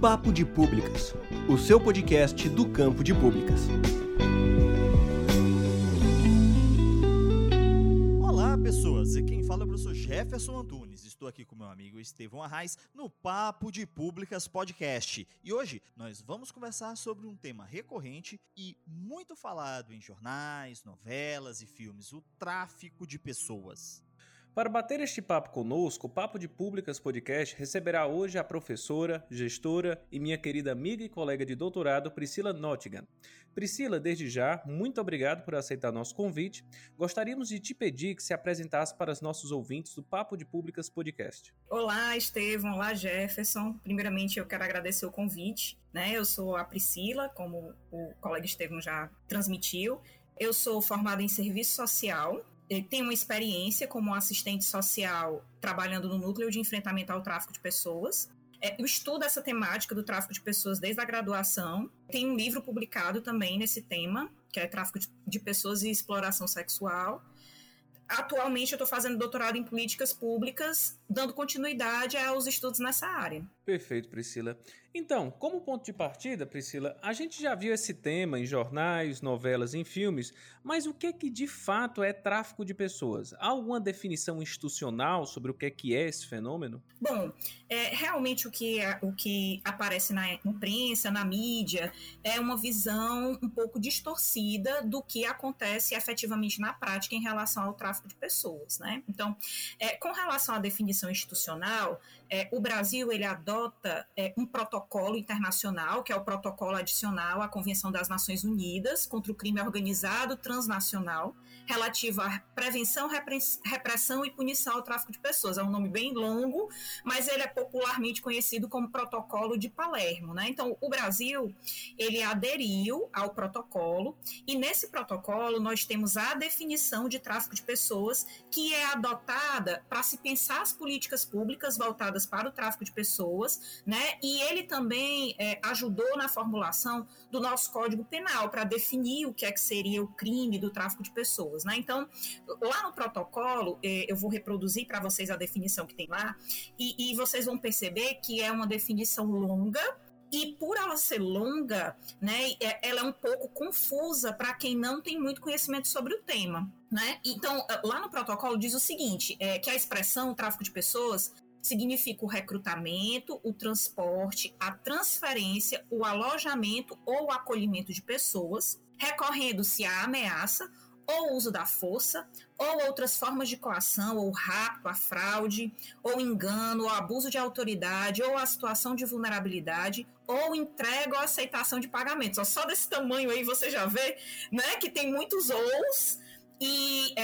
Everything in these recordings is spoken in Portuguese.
Papo de Públicas, o seu podcast do campo de públicas. Olá, pessoas! E quem fala é o professor Jefferson Antunes. Estou aqui com meu amigo Estevão Arraes no Papo de Públicas Podcast. E hoje nós vamos conversar sobre um tema recorrente e muito falado em jornais, novelas e filmes: o tráfico de pessoas. Para bater este papo conosco, o Papo de Públicas Podcast receberá hoje a professora, gestora e minha querida amiga e colega de doutorado, Priscila Nottingham. Priscila, desde já, muito obrigado por aceitar nosso convite. Gostaríamos de te pedir que se apresentasse para os nossos ouvintes do Papo de Públicas Podcast. Olá, Estevão. Olá, Jefferson. Primeiramente, eu quero agradecer o convite. Eu sou a Priscila, como o colega Estevão já transmitiu. Eu sou formada em serviço social. Tenho uma experiência como assistente social trabalhando no núcleo de enfrentamento ao tráfico de pessoas. Eu estudo essa temática do tráfico de pessoas desde a graduação. Tem um livro publicado também nesse tema, que é Tráfico de Pessoas e Exploração Sexual. Atualmente eu estou fazendo doutorado em políticas públicas, dando continuidade aos estudos nessa área. Perfeito, Priscila. Então, como ponto de partida, Priscila, a gente já viu esse tema em jornais, novelas, em filmes, mas o que de fato é tráfico de pessoas? Há alguma definição institucional sobre o que é esse fenômeno? Bom, realmente o que aparece na imprensa, na mídia, é uma visão um pouco distorcida do que acontece efetivamente na prática em relação ao tráfico de pessoas, né? Então, com relação à definição institucional, o Brasil ele adota um protocolo internacional, que é o protocolo adicional à Convenção das Nações Unidas contra o crime organizado transnacional, relativo à prevenção, repressão e punição ao tráfico de pessoas. É um nome bem longo, mas ele é popularmente conhecido como Protocolo de Palermo, né? Então, o Brasil, ele aderiu ao protocolo, e nesse protocolo nós temos a definição de tráfico de pessoas, que é adotada para se pensar as políticas públicas voltadas para o tráfico de pessoas, né? E ele também ajudou na formulação do nosso Código Penal para definir o que seria o crime do tráfico de pessoas, né? Então, lá no protocolo, eu vou reproduzir para vocês a definição que tem lá, e vocês vão perceber que é uma definição longa. E por ela ser longa, né, ela é um pouco confusa para quem não tem muito conhecimento sobre o tema, né? Então, lá no protocolo diz o seguinte, que a expressão tráfico de pessoas significa o recrutamento, o transporte, a transferência, o alojamento ou o acolhimento de pessoas, recorrendo-se à ameaça, ou uso da força, ou outras formas de coação, ou rapto, a fraude, ou engano, ou abuso de autoridade, ou a situação de vulnerabilidade, ou entrega ou aceitação de pagamentos. Só desse tamanho aí você já vê, né, que tem muitos ous, e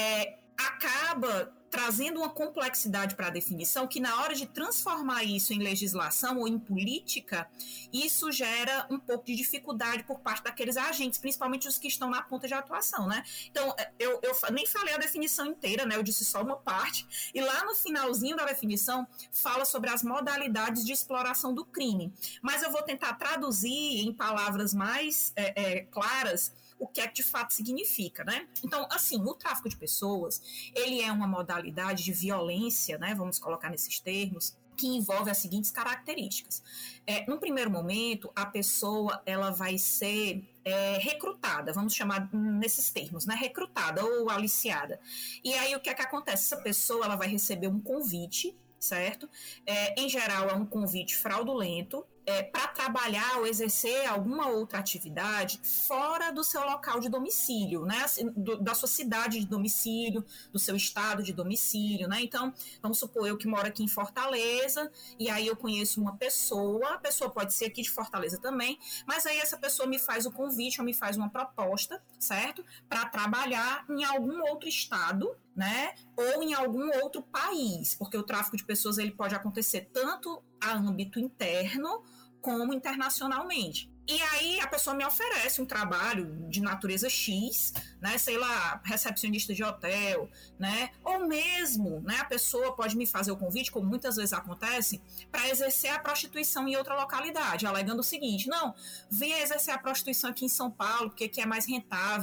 acaba trazendo uma complexidade para a definição que, na hora de transformar isso em legislação ou em política, isso gera um pouco de dificuldade por parte daqueles agentes, principalmente os que estão na ponta de atuação, né? Então, eu nem falei a definição inteira, né? Eu disse só uma parte, e lá no finalzinho da definição fala sobre as modalidades de exploração do crime. Mas eu vou tentar traduzir em palavras mais claras o que de fato significa, né? Então, assim, o tráfico de pessoas, ele é uma modalidade de violência, né? Vamos colocar nesses termos, que envolve as seguintes características. Num primeiro momento, a pessoa ela vai ser recrutada, vamos chamar nesses termos, né? Recrutada ou aliciada. E aí, o que acontece? Essa pessoa ela vai receber um convite, certo? Em geral, é um convite fraudulento, para trabalhar ou exercer alguma outra atividade fora do seu local de domicílio, né? Da sua cidade de domicílio, do seu estado de domicílio, né? Então, vamos supor, eu que moro aqui em Fortaleza, e aí eu conheço uma pessoa, a pessoa pode ser aqui de Fortaleza também, mas aí essa pessoa me faz o convite ou me faz uma proposta, certo? Para trabalhar em algum outro estado, né? Ou em algum outro país, porque o tráfico de pessoas ele pode acontecer tanto a âmbito interno como internacionalmente. E aí a pessoa me oferece um trabalho de natureza X, né, sei lá, recepcionista de hotel, né, ou mesmo, né, a pessoa pode me fazer o convite, como muitas vezes acontece, para exercer a prostituição em outra localidade, alegando o seguinte: não, venha exercer a prostituição aqui em São Paulo, porque aqui é mais rentável,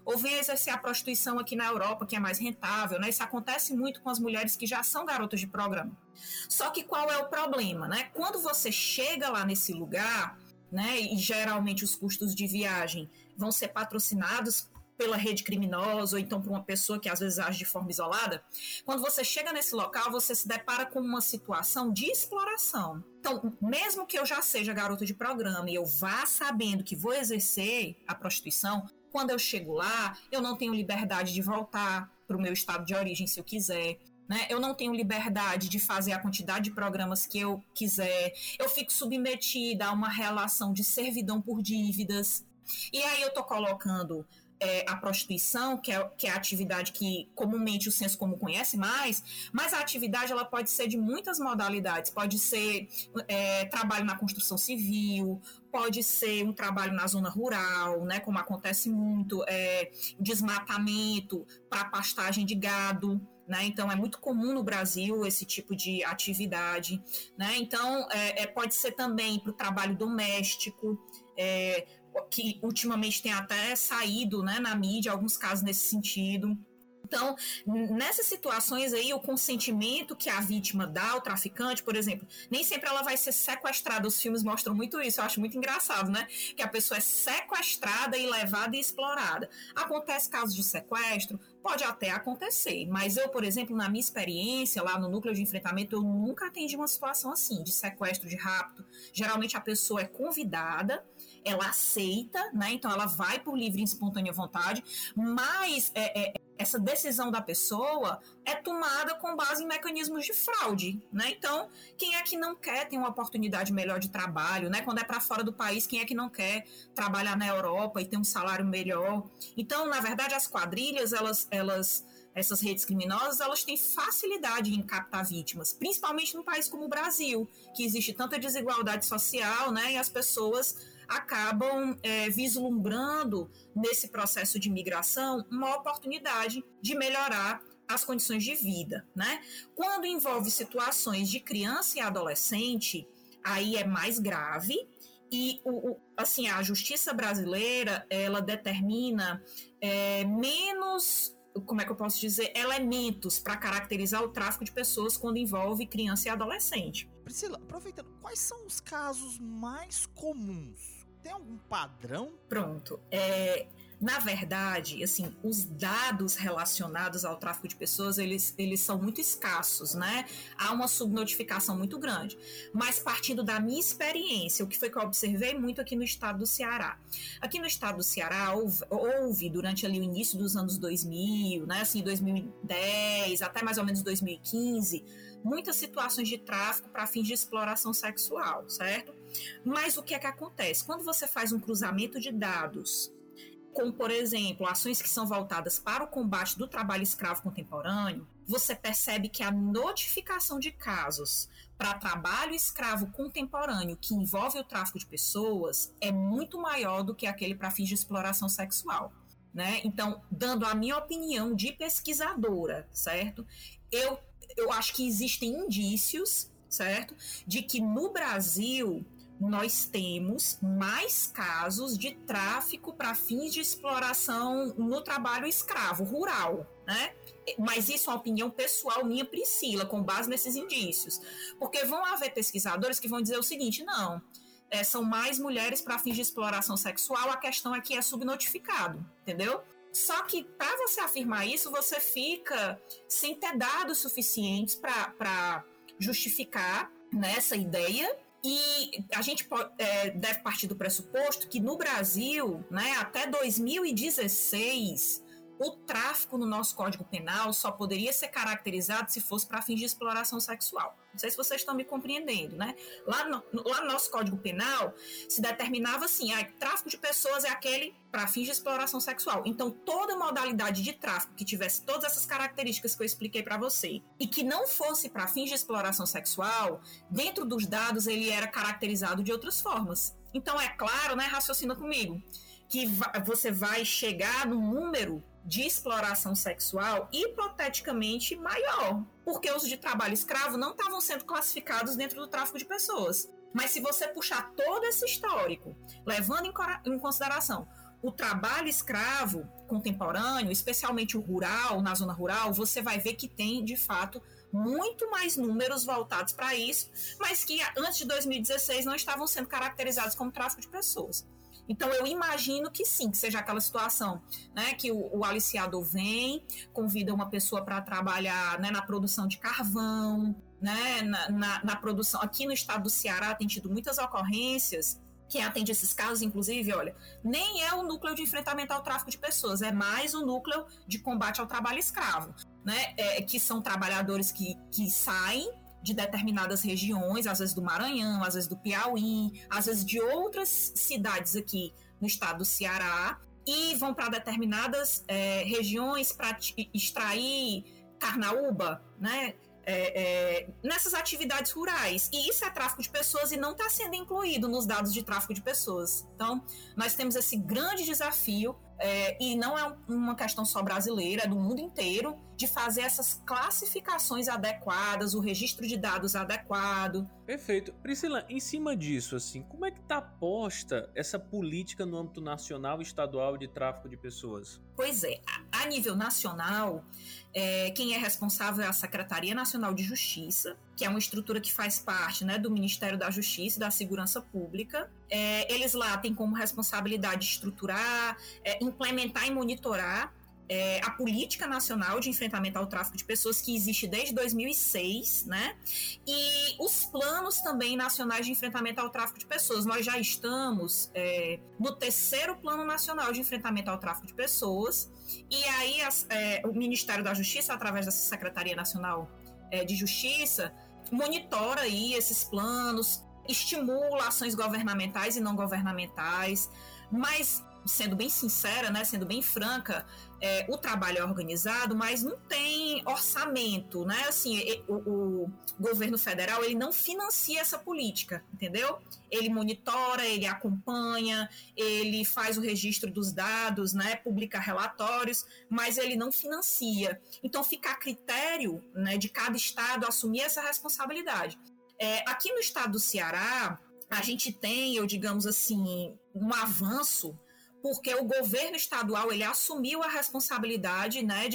ou vem exercer a prostituição aqui na Europa, que é mais rentável, né? Isso acontece muito com as mulheres que já são garotas de programa. Só que qual é o problema, né? Quando você chega lá nesse lugar, né, e geralmente os custos de viagem vão ser patrocinados pela rede criminosa ou então por uma pessoa que às vezes age de forma isolada, quando você chega nesse local, você se depara com uma situação de exploração. Então, mesmo que eu já seja garota de programa e eu vá sabendo que vou exercer a prostituição, quando eu chego lá, eu não tenho liberdade de voltar para o meu estado de origem se eu quiser, né? Eu não tenho liberdade de fazer a quantidade de programas que eu quiser, eu fico submetida a uma relação de servidão por dívidas, e aí eu tô colocando a prostituição, que é a atividade que comumente o senso comum conhece mais, mas a atividade ela pode ser de muitas modalidades, pode ser trabalho na construção civil, pode ser um trabalho na zona rural, né, como acontece muito, desmatamento para pastagem de gado, né? Então é muito comum no Brasil esse tipo de atividade, né? Então pode ser também para o trabalho doméstico, que ultimamente tem até saído, né, na mídia alguns casos nesse sentido. Então, nessas situações aí, o consentimento que a vítima dá ao traficante, por exemplo, nem sempre ela vai ser sequestrada. Os filmes mostram muito isso, eu acho muito engraçado, né? Que a pessoa é sequestrada e levada e explorada. Acontece casos de sequestro? Pode até acontecer, mas eu, por exemplo, na minha experiência lá no núcleo de enfrentamento, eu nunca atendi uma situação assim, de sequestro, de rapto. Geralmente a pessoa é convidada, ela aceita, né? Então ela vai por livre e espontânea vontade, mas essa decisão da pessoa é tomada com base em mecanismos de fraude, né? Então, quem é que não quer ter uma oportunidade melhor de trabalho, né? Quando é para fora do país, quem é que não quer trabalhar na Europa e ter um salário melhor? Então, na verdade, as quadrilhas, essas redes criminosas, elas têm facilidade em captar vítimas, principalmente num país como o Brasil, que existe tanta desigualdade social, né? E as pessoas acabam vislumbrando nesse processo de migração uma oportunidade de melhorar as condições de vida, né? Quando envolve situações de criança e adolescente, aí é mais grave e assim, a justiça brasileira, ela determina menos, como é que eu posso dizer, elementos para caracterizar o tráfico de pessoas quando envolve criança e adolescente. Priscila, aproveitando, quais são os casos mais comuns? Tem algum padrão? Pronto. Na verdade, assim, os dados relacionados ao tráfico de pessoas, eles são muito escassos, né? Há uma subnotificação muito grande. Mas partindo da minha experiência, o que foi que eu observei muito aqui no estado do Ceará. Aqui no estado do Ceará, houve durante ali o início dos anos 2000, né? Assim, 2010, até mais ou menos 2015, muitas situações de tráfico para fins de exploração sexual, certo? Mas o que é que acontece? Quando você faz um cruzamento de dados com, por exemplo, ações que são voltadas para o combate do trabalho escravo contemporâneo, você percebe que a notificação de casos para trabalho escravo contemporâneo que envolve o tráfico de pessoas é muito maior do que aquele para fins de exploração sexual, né? Então, dando a minha opinião de pesquisadora, certo? Eu acho que existem indícios, certo? De que no Brasil nós temos mais casos de tráfico para fins de exploração no trabalho escravo rural, né? Mas isso é uma opinião pessoal minha, Priscila, com base nesses indícios. Porque vão haver pesquisadores que vão dizer o seguinte, não, são mais mulheres para fins de exploração sexual, a questão é que é subnotificado, entendeu? Só que para você afirmar isso, você fica sem ter dados suficientes para justificar, né, essa ideia. E a gente deve partir do pressuposto que no Brasil, né, até 2016, o tráfico no nosso Código Penal só poderia ser caracterizado se fosse para fins de exploração sexual. Não sei se vocês estão me compreendendo, né? Lá no nosso Código Penal se determinava assim, tráfico de pessoas é aquele para fins de exploração sexual. Então, toda modalidade de tráfico que tivesse todas essas características que eu expliquei para você e que não fosse para fins de exploração sexual, dentro dos dados ele era caracterizado de outras formas. Então, é claro, né, raciocina comigo, que você vai chegar num número de exploração sexual hipoteticamente maior, porque os de trabalho escravo não estavam sendo classificados dentro do tráfico de pessoas. Mas se você puxar todo esse histórico, levando em consideração o trabalho escravo contemporâneo, especialmente o rural, na zona rural, você vai ver que tem, de fato, muito mais números voltados para isso, mas que antes de 2016 não estavam sendo caracterizados como tráfico de pessoas. Então, eu imagino que sim, que seja aquela situação, né, que o aliciador vem, convida uma pessoa para trabalhar, né, na produção de carvão, né, na produção. Aqui no estado do Ceará tem tido muitas ocorrências. Quem atende esses casos, inclusive, olha, nem é o núcleo de enfrentamento ao tráfico de pessoas, é mais o núcleo de combate ao trabalho escravo, né? Que são trabalhadores que saem de determinadas regiões, às vezes do Maranhão, às vezes do Piauí, às vezes de outras cidades aqui no estado do Ceará, e vão para determinadas regiões para extrair carnaúba, né? Nessas atividades rurais, e isso é tráfico de pessoas e não está sendo incluído nos dados de tráfico de pessoas. Então, nós temos esse grande desafio, e não é uma questão só brasileira, é do mundo inteiro, de fazer essas classificações adequadas, o registro de dados adequado. Perfeito. Priscila, em cima disso, assim, como é que está posta essa política no âmbito nacional e estadual de tráfico de pessoas? Pois é, a nível nacional, quem é responsável é a Secretaria Nacional de Justiça, que é uma estrutura que faz parte, né, do Ministério da Justiça e da Segurança Pública. Eles lá têm como responsabilidade estruturar, implementar e monitorar a política nacional de enfrentamento ao tráfico de pessoas, que existe desde 2006, né? E os planos também nacionais de enfrentamento ao tráfico de pessoas. Nós já estamos no 3º Plano Nacional de Enfrentamento ao Tráfico de Pessoas, e aí o Ministério da Justiça, através dessa Secretaria Nacional de Justiça, monitora aí esses planos, estimula ações governamentais e não governamentais, mas, sendo bem sincera, né, sendo bem franca, o trabalho é organizado, mas não tem orçamento, né? Assim, o governo federal, ele não financia essa política, entendeu? Ele monitora, ele acompanha, ele faz o registro dos dados, né, publica relatórios, mas ele não financia. Então, fica a critério, né, de cada estado assumir essa responsabilidade. Aqui no estado do Ceará, a gente tem, digamos assim, um avanço, porque o governo estadual, ele assumiu a responsabilidade, né,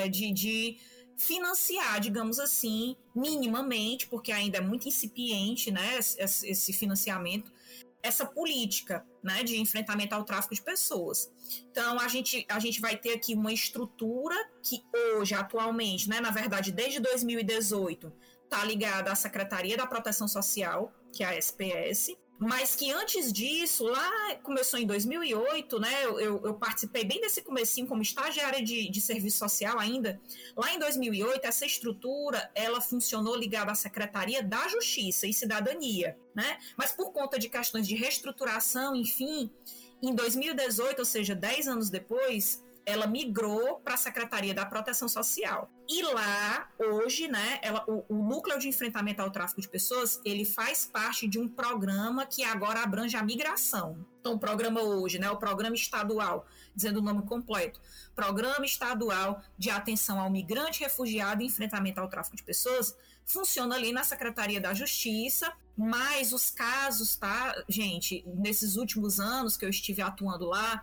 de financiar, digamos assim, minimamente, porque ainda é muito incipiente, né, esse financiamento, essa política, né, de enfrentamento ao tráfico de pessoas. Então, a gente vai ter aqui uma estrutura que hoje, atualmente, né, na verdade, desde 2018, está ligada à Secretaria da Proteção Social, que é a SPS, mas que antes disso, lá começou em 2008, né, eu participei bem desse comecinho como estagiária de serviço social ainda. Lá em 2008, essa estrutura, ela funcionou ligada à Secretaria da Justiça e Cidadania, né, mas por conta de questões de reestruturação, enfim, em 2018, ou seja, 10 anos depois, ela migrou para a Secretaria da Proteção Social. E lá, hoje, né, o Núcleo de Enfrentamento ao Tráfico de Pessoas, ele faz parte de um programa que agora abrange a migração. Então, o programa hoje, né, o Programa Estadual, dizendo o nome completo, Programa Estadual de Atenção ao Migrante, Refugiado e Enfrentamento ao Tráfico de Pessoas, funciona ali na Secretaria da Justiça, mas os casos, tá, gente, nesses últimos anos que eu estive atuando lá,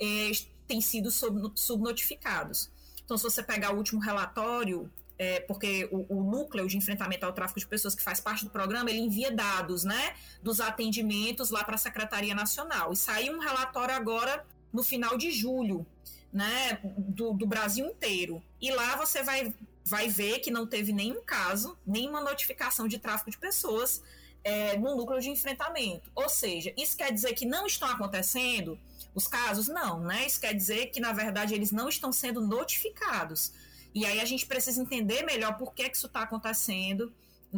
têm sido subnotificados. Então, se você pegar o último relatório, porque o Núcleo de Enfrentamento ao Tráfico de Pessoas, que faz parte do programa, ele envia dados, né, dos atendimentos lá para a Secretaria Nacional. E saiu um relatório agora no final de julho, né, do Brasil inteiro. E lá você vai ver que não teve nenhum caso, nenhuma notificação de tráfico de pessoas no Núcleo de Enfrentamento. Ou seja, isso quer dizer que não estão acontecendo os casos? Não, né? Isso quer dizer que, na verdade, eles não estão sendo notificados. E aí a gente precisa entender melhor por que isso está acontecendo,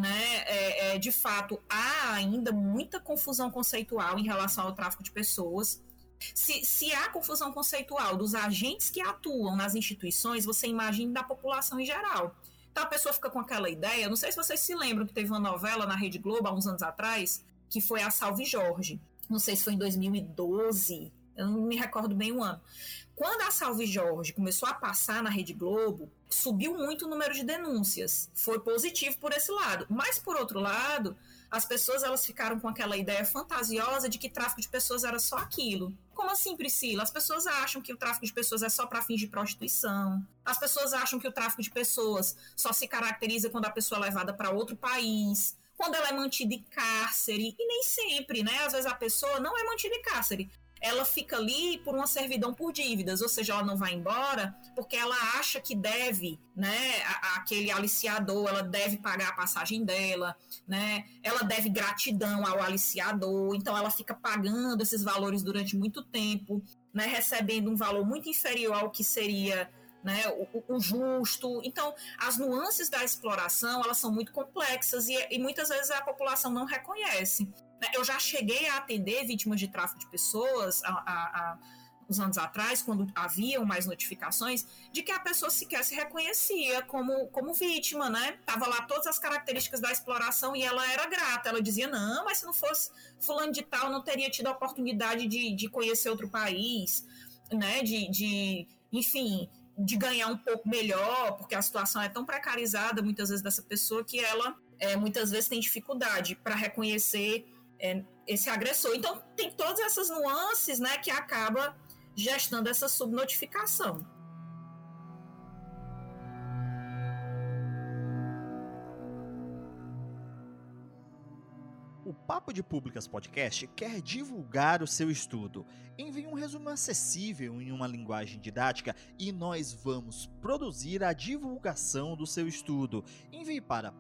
né? De fato, há ainda muita confusão conceitual em relação ao tráfico de pessoas. Se há confusão conceitual dos agentes que atuam nas instituições, você imagina da população em geral. Então a pessoa fica com aquela ideia, não sei se vocês se lembram que teve uma novela na Rede Globo há uns anos atrás, que foi a Salve Jorge. Não sei se foi em 2012, eu não me recordo bem o ano. Quando a Salve Jorge começou a passar na Rede Globo, subiu muito o número de denúncias. Foi positivo por esse lado. Mas, por outro lado, as pessoas elas ficaram com aquela ideia fantasiosa de que tráfico de pessoas era só aquilo. Como assim, Priscila? As pessoas acham que o tráfico de pessoas é só para fins de prostituição. As pessoas acham que o tráfico de pessoas só se caracteriza quando a pessoa é levada para outro país, quando ela é mantida em cárcere. E nem sempre, né? Às vezes a pessoa não é mantida em cárcere. Ela fica ali por uma servidão por dívidas, ou seja, ela não vai embora porque ela acha que deve, né, aquele aliciador, ela deve pagar a passagem dela, né, ela deve gratidão ao aliciador, então ela fica pagando esses valores durante muito tempo, né, recebendo um valor muito inferior ao que seria, né, o justo. Então, as nuances da exploração, elas são muito complexas e muitas vezes a população não reconhece. Eu já cheguei a atender vítimas de tráfico de pessoas há uns anos atrás, quando haviam mais notificações, de que a pessoa sequer se reconhecia como vítima, né? Tava lá todas as características da exploração e ela era grata. Ela dizia, não, mas se não fosse fulano de tal, não teria tido a oportunidade de conhecer outro país, né? Enfim, de ganhar um pouco melhor, porque a situação é tão precarizada, muitas vezes, dessa pessoa, que ela, muitas vezes, tem dificuldade para reconhecer esse agressor. Então, tem todas essas nuances, né, que acaba gestando essa subnotificação. O Papo de Públicas Podcast quer divulgar o seu estudo. Envie um resumo acessível em uma linguagem didática e nós vamos produzir a divulgação do seu estudo. Envie para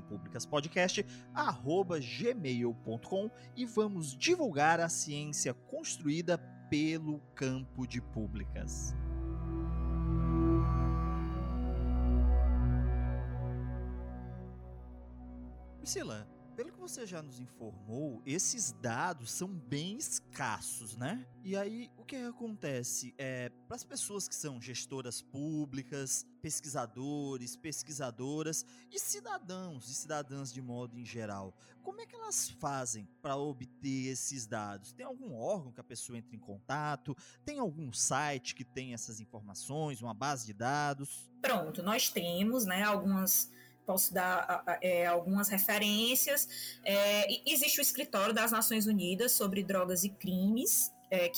papodepublicaspodcast@gmail.com e vamos divulgar a ciência construída pelo campo de públicas. Priscila, pelo que você já nos informou, esses dados são bem escassos, né? E aí, o que acontece? Para as pessoas que são gestoras públicas, pesquisadores, pesquisadoras e cidadãos e cidadãs de modo em geral, como é que elas fazem para obter esses dados? Tem algum órgão que a pessoa entre em contato? Tem algum site que tem essas informações, uma base de dados? Pronto, nós temos, né, posso dar algumas referências. Existe o Escritório das Nações Unidas sobre Drogas e Crimes,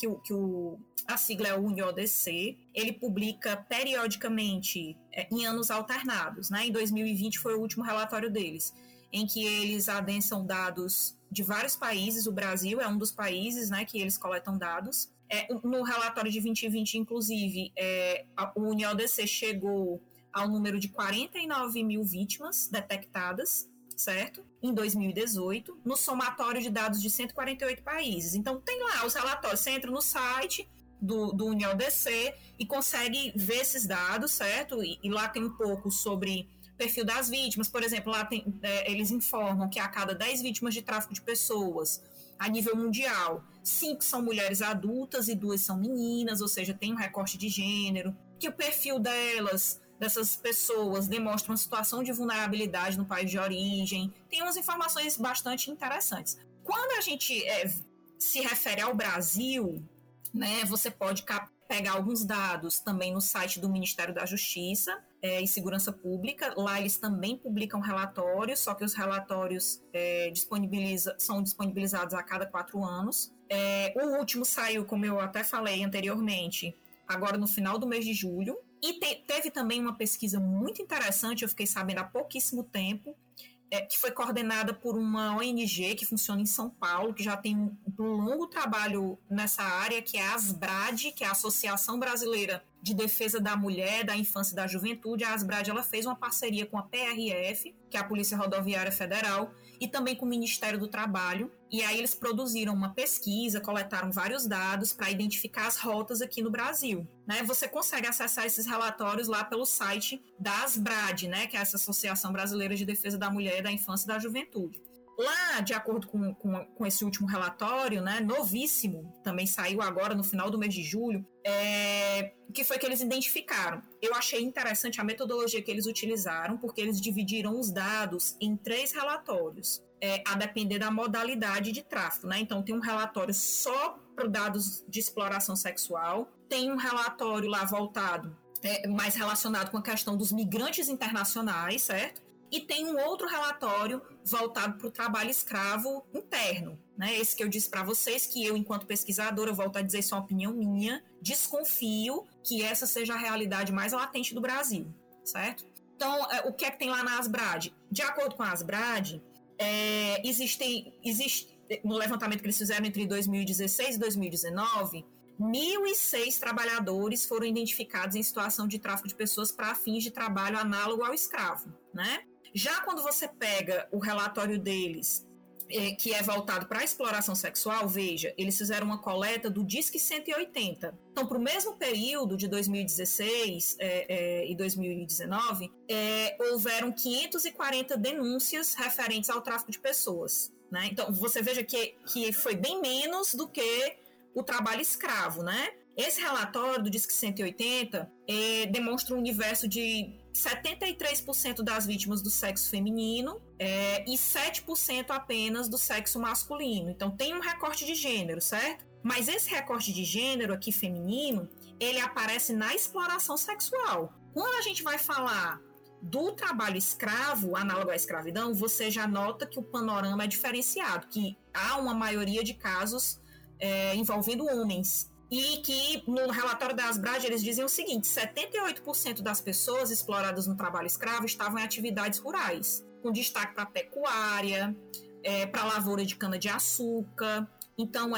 a sigla é o UNODC. Ele publica periodicamente, em anos alternados, né? Em 2020 foi o último relatório deles, em que eles adensam dados de vários países. O Brasil é um dos países, né, que eles coletam dados. No relatório de 2020, inclusive, o UNODC chegou ao número de 49 mil vítimas detectadas, certo? Em 2018, no somatório de dados de 148 países. Então, tem lá os relatórios. Você entra no site do UNODC e consegue ver esses dados, certo? E lá tem um pouco sobre o perfil das vítimas. Por exemplo, lá eles informam que a cada 10 vítimas de tráfico de pessoas, a nível mundial, 5 são mulheres adultas e 2 são meninas, ou seja, tem um recorte de gênero, que o perfil dessas pessoas demonstra uma situação de vulnerabilidade no país de origem. Tem umas informações bastante interessantes. Quando a gente se refere ao Brasil, né, você pode pegar alguns dados também no site do Ministério da Justiça e Segurança Pública. Lá eles também publicam relatórios, só que os relatórios são disponibilizados a cada 4 anos. O último saiu, como eu até falei anteriormente, agora no final do mês de julho. E teve também uma pesquisa muito interessante, eu fiquei sabendo há pouquíssimo tempo, que foi coordenada por uma ONG que funciona em São Paulo, que já tem um longo trabalho nessa área, que é a ASBRAD, que é a Associação Brasileira de Defesa da Mulher, da Infância e da Juventude. A ASBRAD ela fez uma parceria com a PRF, que é a Polícia Rodoviária Federal, e também com o Ministério do Trabalho. E aí eles produziram uma pesquisa, coletaram vários dados para identificar as rotas aqui no Brasil, né? Você consegue acessar esses relatórios lá pelo site da ASBRAD, né? Que é essa Associação Brasileira de Defesa da Mulher, da Infância e da Juventude. Lá, de acordo com esse último relatório, né, novíssimo, também saiu agora no final do mês de julho, que foi que eles identificaram. Eu achei interessante a metodologia que eles utilizaram, porque eles dividiram os dados em 3 relatórios, a depender da modalidade de tráfico, né? Então, tem um relatório só para dados de exploração sexual. Tem um relatório lá voltado, mais relacionado com a questão dos migrantes internacionais, certo? E tem um outro relatório voltado para o trabalho escravo interno, né? Esse que eu disse para vocês, que eu, enquanto pesquisadora, eu volto a dizer, isso é uma opinião minha, desconfio que essa seja a realidade mais latente do Brasil, certo? Então, o que é que tem lá na Asbrad? De acordo com a Asbrad, existe, no levantamento que eles fizeram entre 2016 e 2019, 1.006 trabalhadores foram identificados em situação de tráfico de pessoas para fins de trabalho análogo ao escravo, né? Já quando você pega o relatório deles, que é voltado para a exploração sexual, veja, eles fizeram uma coleta do Disque 180. Então, para o mesmo período de 2016 e 2019, houveram 540 denúncias referentes ao tráfico de pessoas, né? Então, você veja que foi bem menos do que o trabalho escravo, né? Esse relatório do Disque 180 demonstra um universo de 73% das vítimas do sexo feminino e 7% apenas do sexo masculino. Então, tem um recorte de gênero, certo? Mas esse recorte de gênero aqui feminino, ele aparece na exploração sexual. Quando a gente vai falar do trabalho escravo, análogo à escravidão, você já nota que o panorama é diferenciado, que há uma maioria de casos envolvendo homens. E que no relatório da Asbrad eles dizem o seguinte: 78% das pessoas exploradas no trabalho escravo estavam em atividades rurais, com destaque para pecuária, para lavoura de cana-de-açúcar. Então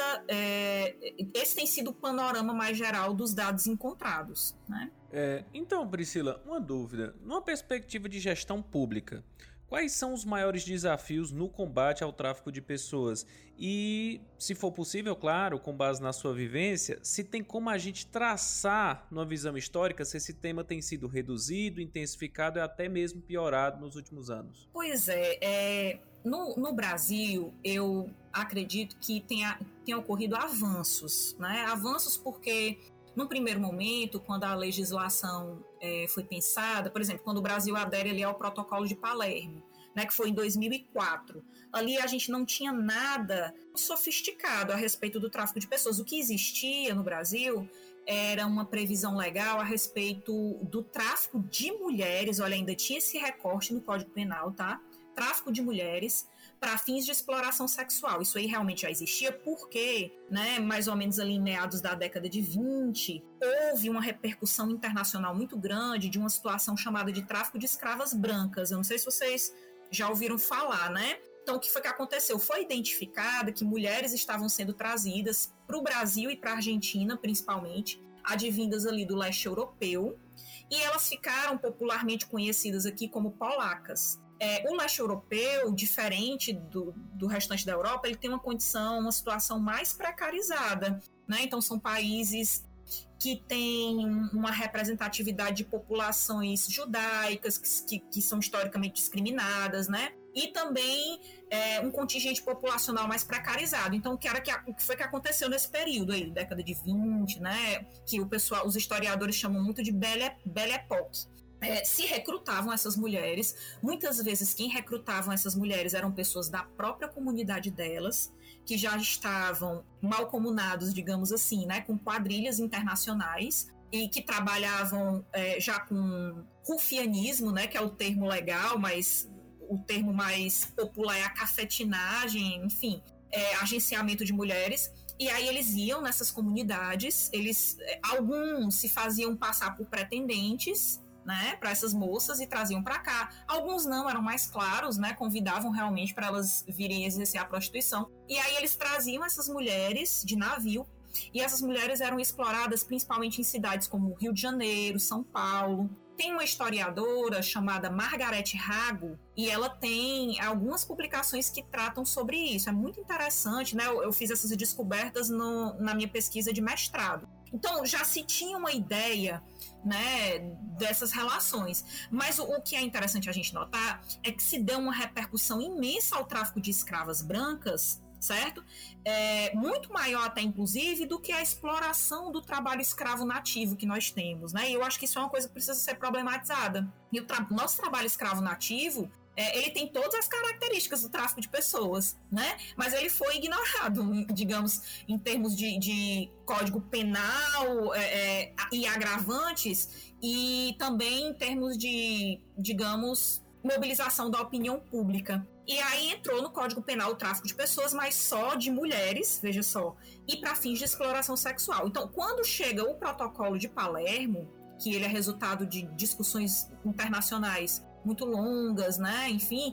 esse tem sido o panorama mais geral dos dados encontrados, né? Então, Priscila, uma dúvida. Numa perspectiva de gestão pública, quais são os maiores desafios no combate ao tráfico de pessoas? E, se for possível, claro, com base na sua vivência, se tem como a gente traçar, numa visão histórica, se esse tema tem sido reduzido, intensificado e até mesmo piorado nos últimos anos? Pois é. No Brasil, eu acredito que tenha ocorrido avanços, né? Avanços porque, no primeiro momento, quando a legislação foi pensada, por exemplo, quando o Brasil adere ali ao Protocolo de Palermo, né, que foi em 2004, ali a gente não tinha nada sofisticado a respeito do tráfico de pessoas. O que existia no Brasil era uma previsão legal a respeito do tráfico de mulheres. Olha, ainda tinha esse recorte no Código Penal, tá? Tráfico de mulheres para fins de exploração sexual. Isso aí realmente já existia porque, né, mais ou menos ali em meados da década de 20, houve uma repercussão internacional muito grande de uma situação chamada de tráfico de escravas brancas. Eu não sei se vocês já ouviram falar, né? Então, o que foi que aconteceu? Foi identificado que mulheres estavam sendo trazidas para o Brasil e para a Argentina, principalmente, advindas ali do leste europeu, e elas ficaram popularmente conhecidas aqui como polacas. O leste europeu, diferente do restante da Europa, ele tem uma condição, uma situação mais precarizada, né? Então, são países que têm uma representatividade de populações judaicas que são historicamente discriminadas, né? E também um contingente populacional mais precarizado. Então, o que foi que aconteceu nesse período aí, década de 20, né? Que os historiadores chamam muito de Belle Époque. Se recrutavam essas mulheres. Muitas vezes quem recrutavam essas mulheres eram pessoas da própria comunidade delas, que já estavam malcomunados, digamos assim, né, com quadrilhas internacionais e que trabalhavam já com rufianismo, né, que é o termo legal, mas o termo mais popular é a cafetinagem, enfim, agenciamento de mulheres. E aí eles iam nessas comunidades, alguns se faziam passar por pretendentes, né, para essas moças e traziam para cá. Alguns não, eram mais claros, né, convidavam realmente para elas virem exercer a prostituição. E aí eles traziam essas mulheres de navio, e essas mulheres eram exploradas principalmente em cidades como Rio de Janeiro, São Paulo. Tem uma historiadora chamada Margarete Rago, e ela tem algumas publicações que tratam sobre isso. É muito interessante, né? Eu fiz essas descobertas na minha pesquisa de mestrado. Então, já se tinha uma ideia, né, dessas relações. Mas o que é interessante a gente notar é que se deu uma repercussão imensa ao tráfico de escravas brancas, certo? Muito maior até, inclusive, do que a exploração do trabalho escravo nativo que nós temos, né? E eu acho que isso é uma coisa que precisa ser problematizada. E o nosso trabalho escravo nativo, ele tem todas as características do tráfico de pessoas, né? Mas ele foi ignorado, digamos, em termos de código penal e agravantes, e também em termos de, digamos, mobilização da opinião pública. E aí entrou no Código Penal o tráfico de pessoas, mas só de mulheres, veja só, e para fins de exploração sexual. Então, quando chega o Protocolo de Palermo, que ele é resultado de discussões internacionais muito longas, né? Enfim,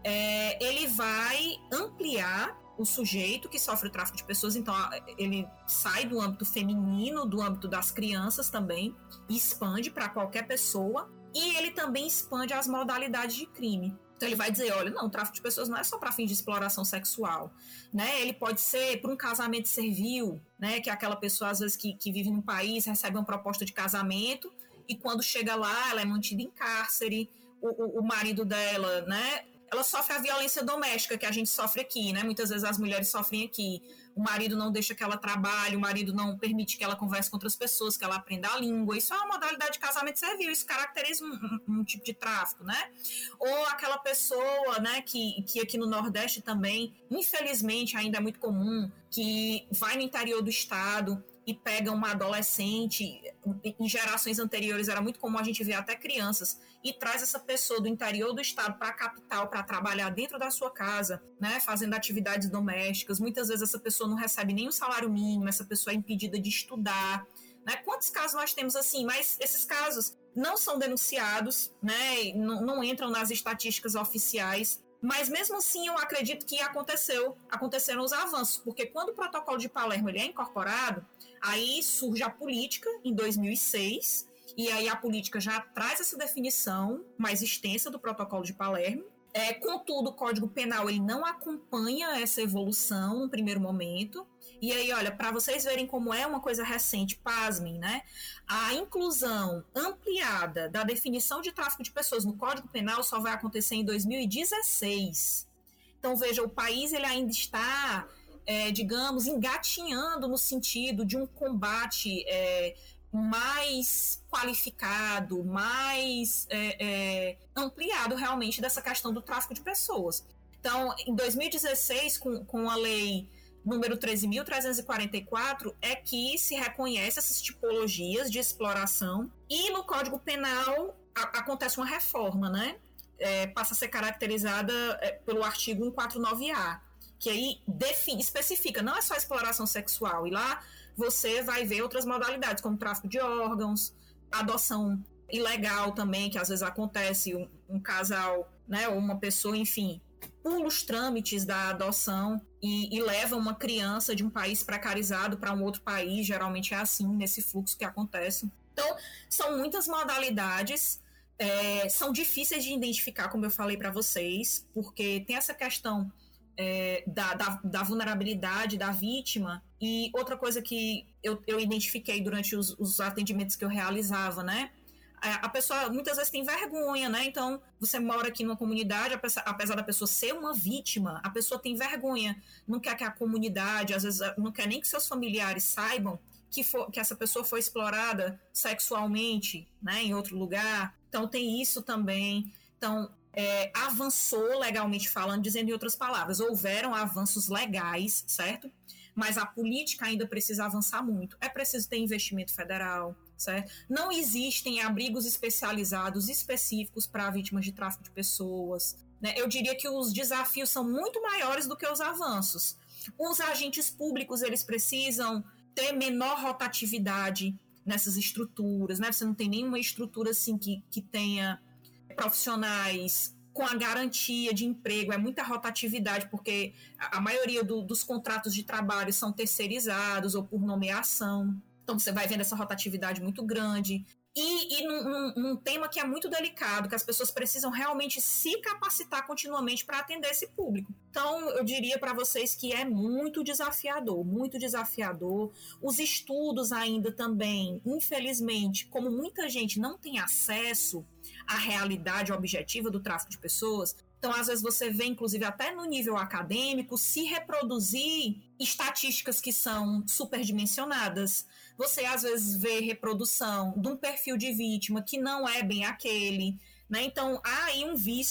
ele vai ampliar o sujeito que sofre o tráfico de pessoas. Então, ele sai do âmbito feminino, do âmbito das crianças também, e expande para qualquer pessoa. E ele também expande as modalidades de crime. Então ele vai dizer, olha, não, o tráfico de pessoas não é só para fins de exploração sexual, né? Ele pode ser para um casamento servil, né? Que é aquela pessoa, às vezes, que vive num país, recebe uma proposta de casamento e quando chega lá, ela é mantida em cárcere, o marido dela, né? Ela sofre a violência doméstica que a gente sofre aqui, né? Muitas vezes as mulheres sofrem aqui. O marido não deixa que ela trabalhe, o marido não permite que ela converse com outras pessoas, que ela aprenda a língua. Isso é uma modalidade de casamento servil, isso caracteriza um tipo de tráfico, né? Ou aquela pessoa, né, que aqui no Nordeste também, infelizmente, ainda é muito comum, que vai no interior do estado e pega uma adolescente. Em gerações anteriores era muito comum a gente ver até crianças, e traz essa pessoa do interior do estado para a capital para trabalhar dentro da sua casa, né, fazendo atividades domésticas. Muitas vezes essa pessoa não recebe nem o salário mínimo, essa pessoa é impedida de estudar, né? Quantos casos nós temos assim? Mas esses casos não são denunciados, né, não entram nas estatísticas oficiais. Mas mesmo assim eu acredito que aconteceram os avanços, porque quando o Protocolo de Palermo ele é incorporado, aí surge a política em 2006, e aí a política já traz essa definição mais extensa do Protocolo de Palermo. Contudo, o Código Penal ele não acompanha essa evolução no primeiro momento. E aí, olha, para vocês verem como é uma coisa recente, pasmem, né? A inclusão ampliada da definição de tráfico de pessoas no Código Penal só vai acontecer em 2016. Então, veja, o país ele ainda está, digamos, engatinhando no sentido de um combate mais qualificado, mais ampliado realmente dessa questão do tráfico de pessoas. Então, em 2016, com a lei número 13.344, é que se reconhece essas tipologias de exploração, e no Código Penal acontece uma reforma, né? Passa a ser caracterizada pelo artigo 149A, que aí especifica, não é só exploração sexual, e lá você vai ver outras modalidades, como tráfico de órgãos, adoção ilegal também, que às vezes acontece um casal, né, ou uma pessoa, enfim, pula os trâmites da adoção e leva uma criança de um país precarizado para um outro país. Geralmente é assim, nesse fluxo que acontece. Então, são muitas modalidades, são difíceis de identificar, como eu falei para vocês, porque tem essa questão da vulnerabilidade da vítima. E outra coisa que eu identifiquei durante os atendimentos que eu realizava, né? A pessoa muitas vezes tem vergonha, né? Então, você mora aqui numa comunidade, apesar da pessoa ser uma vítima, a pessoa tem vergonha, não quer que a comunidade, às vezes não quer nem que seus familiares saibam que essa pessoa foi explorada sexualmente, né, em outro lugar. Então, tem isso também. Então, avançou legalmente falando, dizendo em outras palavras, houveram avanços legais, certo? Mas a política ainda precisa avançar muito. É preciso ter investimento federal, certo? Não existem abrigos especializados específicos para vítimas de tráfico de pessoas, né? Eu diria que os desafios são muito maiores do que os avanços. Os agentes públicos, eles precisam ter menor rotatividade nessas estruturas, né? Você não tem nenhuma estrutura assim que tenha profissionais com a garantia de emprego, é muita rotatividade, porque a maioria dos contratos de trabalho são terceirizados ou por nomeação. Então, você vai vendo essa rotatividade muito grande. E num tema que é muito delicado, que as pessoas precisam realmente se capacitar continuamente para atender esse público. Então, eu diria para vocês que é muito desafiador, muito desafiador. Os estudos ainda também, infelizmente, como muita gente não tem acesso à realidade objetiva do tráfico de pessoas, então, às vezes, você vê, inclusive, até no nível acadêmico, se reproduzir estatísticas que são superdimensionadas. Você, às vezes, vê reprodução de um perfil de vítima que não é bem aquele, né? Então, há aí um vício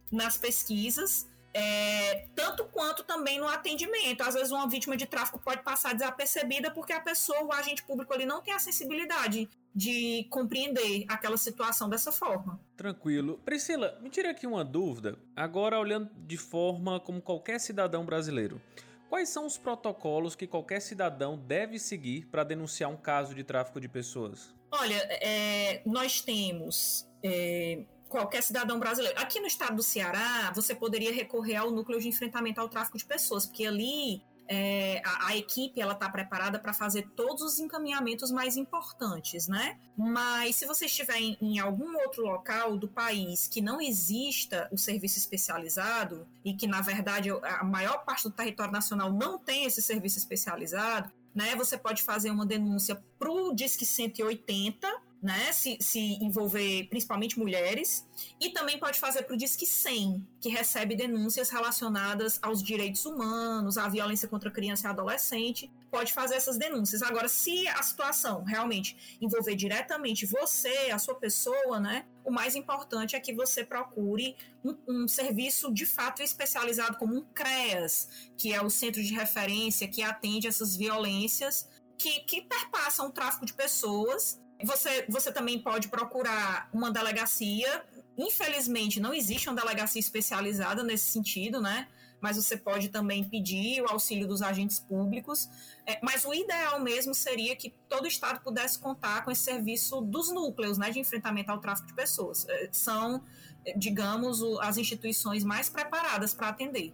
nas pesquisas, tanto quanto também no atendimento. Às vezes uma vítima de tráfico pode passar desapercebida porque a pessoa, o agente público ali não tem a sensibilidade de compreender aquela situação dessa forma. Tranquilo. Priscila, me tira aqui uma dúvida, agora olhando de forma como qualquer cidadão brasileiro. Quais são os protocolos que qualquer cidadão deve seguir para denunciar um caso de tráfico de pessoas? Olha, nós temos... qualquer cidadão brasileiro. Aqui no estado do Ceará, você poderia recorrer ao núcleo de enfrentamento ao tráfico de pessoas, porque ali a equipe está preparada para fazer todos os encaminhamentos mais importantes, né? Mas se você estiver em algum outro local do país que não exista o serviço especializado e que, na verdade, a maior parte do território nacional não tem esse serviço especializado, né? Você pode fazer uma denúncia para o Disque 180, né, se envolver principalmente mulheres, e também pode fazer para o Disque 100, que recebe denúncias relacionadas aos direitos humanos, à violência contra criança e adolescente, pode fazer essas denúncias. Agora, se a situação realmente envolver diretamente você, a sua pessoa, né, o mais importante é que você procure um serviço de fato especializado como um CREAS, que é o centro de referência que atende essas violências que perpassam o tráfico de pessoas. Você também pode procurar uma delegacia. Infelizmente, não existe uma delegacia especializada nesse sentido, né? Mas você pode também pedir o auxílio dos agentes públicos. Mas o ideal mesmo seria que todo o estado pudesse contar com esse serviço dos núcleos, né, de enfrentamento ao tráfico de pessoas. São, digamos, as instituições mais preparadas para atender.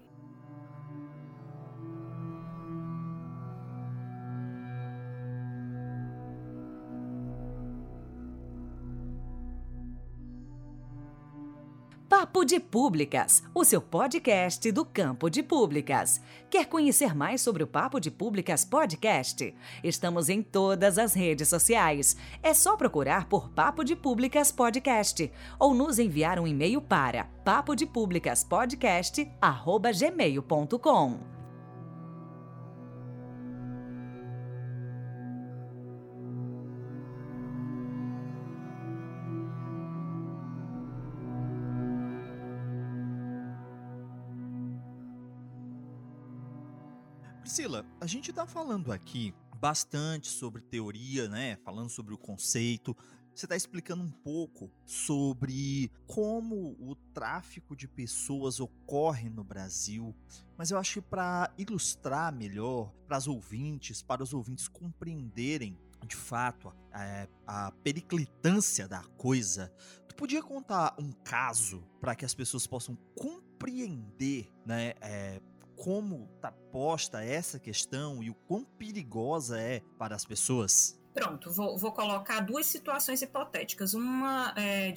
Papo de Públicas, o seu podcast do Campo de Públicas. Quer conhecer mais sobre o Papo de Públicas Podcast? Estamos em todas as redes sociais. É só procurar por Papo de Públicas Podcast ou nos enviar um e-mail para papodepublicaspodcast@gmail.com. Priscila, a gente tá falando aqui bastante sobre teoria, né? Falando sobre o conceito. Você tá explicando um pouco sobre como o tráfico de pessoas ocorre no Brasil. Mas eu acho que para ilustrar melhor para os ouvintes compreenderem de fato a periclitância da coisa, tu podia contar um caso para que as pessoas possam compreender, né? Como está posta essa questão e o quão perigosa é para as pessoas? Pronto, vou colocar duas situações hipotéticas. Uma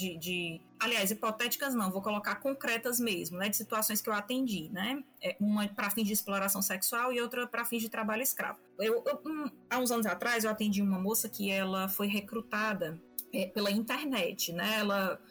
aliás, hipotéticas não, vou colocar concretas mesmo, né? De situações que eu atendi, né? Uma para fins de exploração sexual e outra para fins de trabalho escravo. Há uns anos atrás, eu atendi uma moça que ela foi recrutada pela internet, né? Ela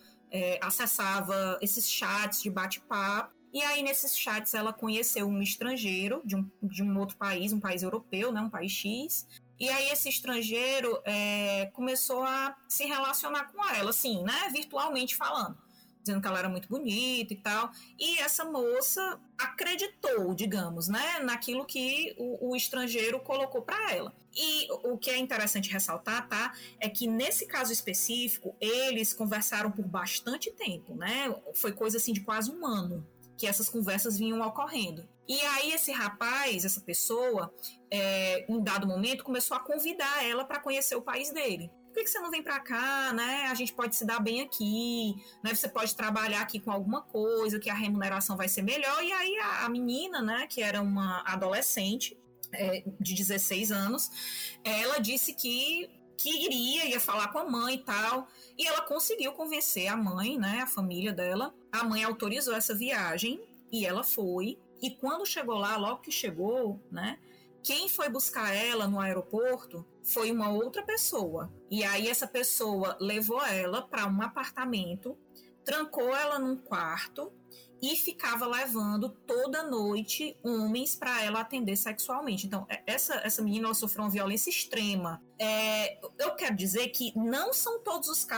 acessava esses chats de bate-papo. E aí, nesses chats, ela conheceu um estrangeiro de um outro país, um país europeu, né, um país X. E aí, esse estrangeiro começou a se relacionar com ela, assim, né, virtualmente falando, dizendo que ela era muito bonita e tal. E essa moça acreditou, digamos, né, naquilo que o estrangeiro colocou para ela. E o que é interessante ressaltar, tá, é que nesse caso específico, eles conversaram por bastante tempo, né, foi coisa assim de quase um ano que essas conversas vinham ocorrendo. E aí esse rapaz, essa pessoa, em dado momento, começou a convidar ela para conhecer o país dele. Por que você não vem para cá, né? A gente pode se dar bem aqui, né? Você pode trabalhar aqui com alguma coisa, que a remuneração vai ser melhor. E aí a menina, né, que era uma adolescente de 16 anos, ela disse que ia falar com a mãe e tal, e ela conseguiu convencer a mãe, né, a família dela. A mãe autorizou essa viagem e ela foi, e quando chegou lá, logo que chegou, né, quem foi buscar ela no aeroporto foi uma outra pessoa, e aí essa pessoa levou ela para um apartamento, trancou ela num quarto e ficava levando toda noite homens para ela atender sexualmente. Então, essa menina ela sofreu uma violência extrema. Eu quero dizer que não são todos os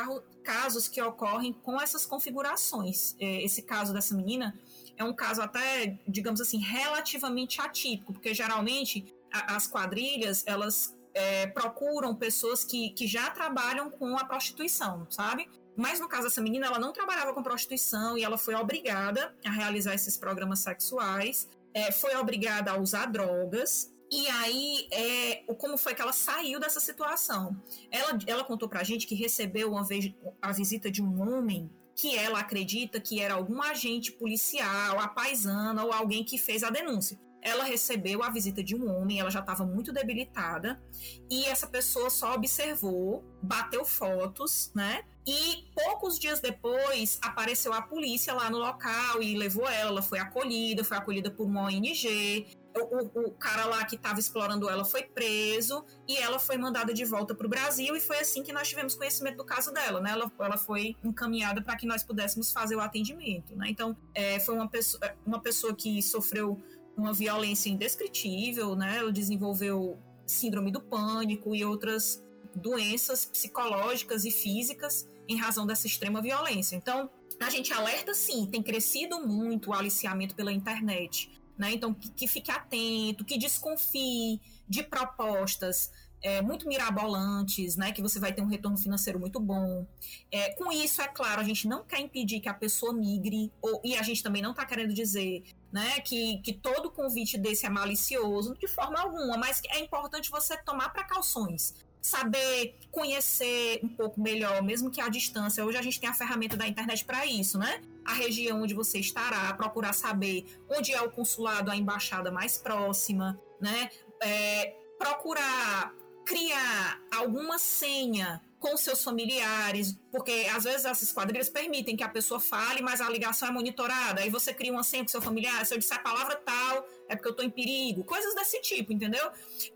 casos que ocorrem com essas configurações. Esse caso dessa menina é um caso até, digamos assim, relativamente atípico, porque geralmente as quadrilhas, elas procuram pessoas que já trabalham com a prostituição, sabe? Mas no caso dessa menina, ela não trabalhava com prostituição e ela foi obrigada a realizar esses programas sexuais, foi obrigada a usar drogas. E aí, como foi que ela saiu dessa situação? Ela contou pra gente que recebeu uma vez a visita de um homem que ela acredita que era algum agente policial, a paisana ou alguém que fez a denúncia. Ela recebeu a visita de um homem, ela já estava muito debilitada, e essa pessoa só observou, bateu fotos, né? E poucos dias depois apareceu a polícia lá no local e levou ela foi acolhida por uma ONG. O cara lá que estava explorando ela foi preso e ela foi mandada de volta para o Brasil, e foi assim que nós tivemos conhecimento do caso dela, né? Ela foi encaminhada para que nós pudéssemos fazer o atendimento, né? Então, foi uma pessoa que sofreu uma violência indescritível, né? Ela desenvolveu síndrome do pânico e outras doenças psicológicas e físicas em razão dessa extrema violência. Então, a gente alerta, sim, tem crescido muito o aliciamento pela internet, né? Então, que fique atento, que desconfie de propostas muito mirabolantes, né? Que você vai ter um retorno financeiro muito bom. Com isso, é claro, a gente não quer impedir que a pessoa migre, e a gente também não está querendo dizer, né, que todo convite desse é malicioso, de forma alguma, mas é importante você tomar precauções, saber conhecer um pouco melhor, mesmo que à distância. Hoje a gente tem a ferramenta da internet para isso, né? A região onde você estará, procurar saber onde é o consulado, a embaixada mais próxima, né? Procurar criar alguma senha com seus familiares, porque às vezes essas quadrilhas permitem que a pessoa fale, mas a ligação é monitorada, aí você cria uma senha com seu familiar, se eu disser a palavra tal, é porque eu estou em perigo, coisas desse tipo, entendeu?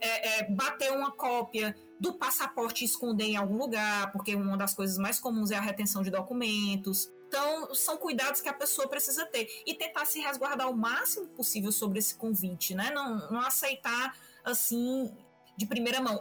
Bater uma cópia do passaporte e esconder em algum lugar, porque uma das coisas mais comuns é a retenção de documentos. Então, são cuidados que a pessoa precisa ter, e tentar se resguardar o máximo possível sobre esse convite, né? Não aceitar, assim, de primeira mão.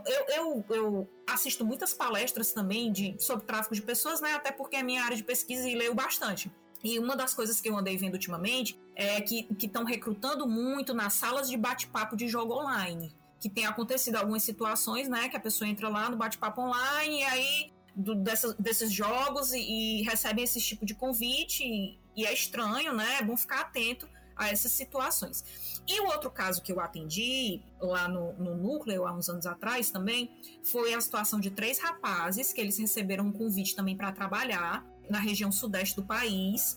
Eu assisto muitas palestras também sobre tráfico de pessoas, né? Até porque é minha área de pesquisa e leio bastante. E uma das coisas que eu andei vendo ultimamente é que estão recrutando muito nas salas de bate-papo de jogo online. Que tem acontecido algumas situações, né? Que a pessoa entra lá no bate-papo online e aí desses jogos e recebem esse tipo de convite e é estranho, né? É bom ficar atento a essas situações. E o outro caso que eu atendi lá no núcleo, há uns anos atrás também, foi a situação de 3 rapazes que eles receberam um convite também para trabalhar na região sudeste do país,